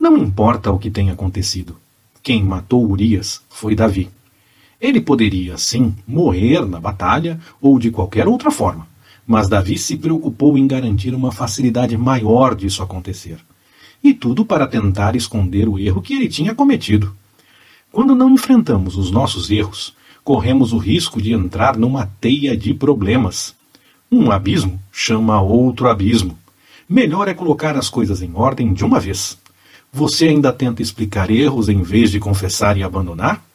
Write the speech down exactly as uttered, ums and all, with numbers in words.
Não importa o que tenha acontecido. Quem matou Urias foi Davi. Ele poderia, sim, morrer na batalha ou de qualquer outra forma, mas Davi se preocupou em garantir uma facilidade maior disso acontecer. E tudo para tentar esconder o erro que ele tinha cometido. Quando não enfrentamos os nossos erros, corremos o risco de entrar numa teia de problemas. Um abismo chama outro abismo. Melhor é colocar as coisas em ordem de uma vez. Você ainda tenta explicar erros em vez de confessar e abandonar?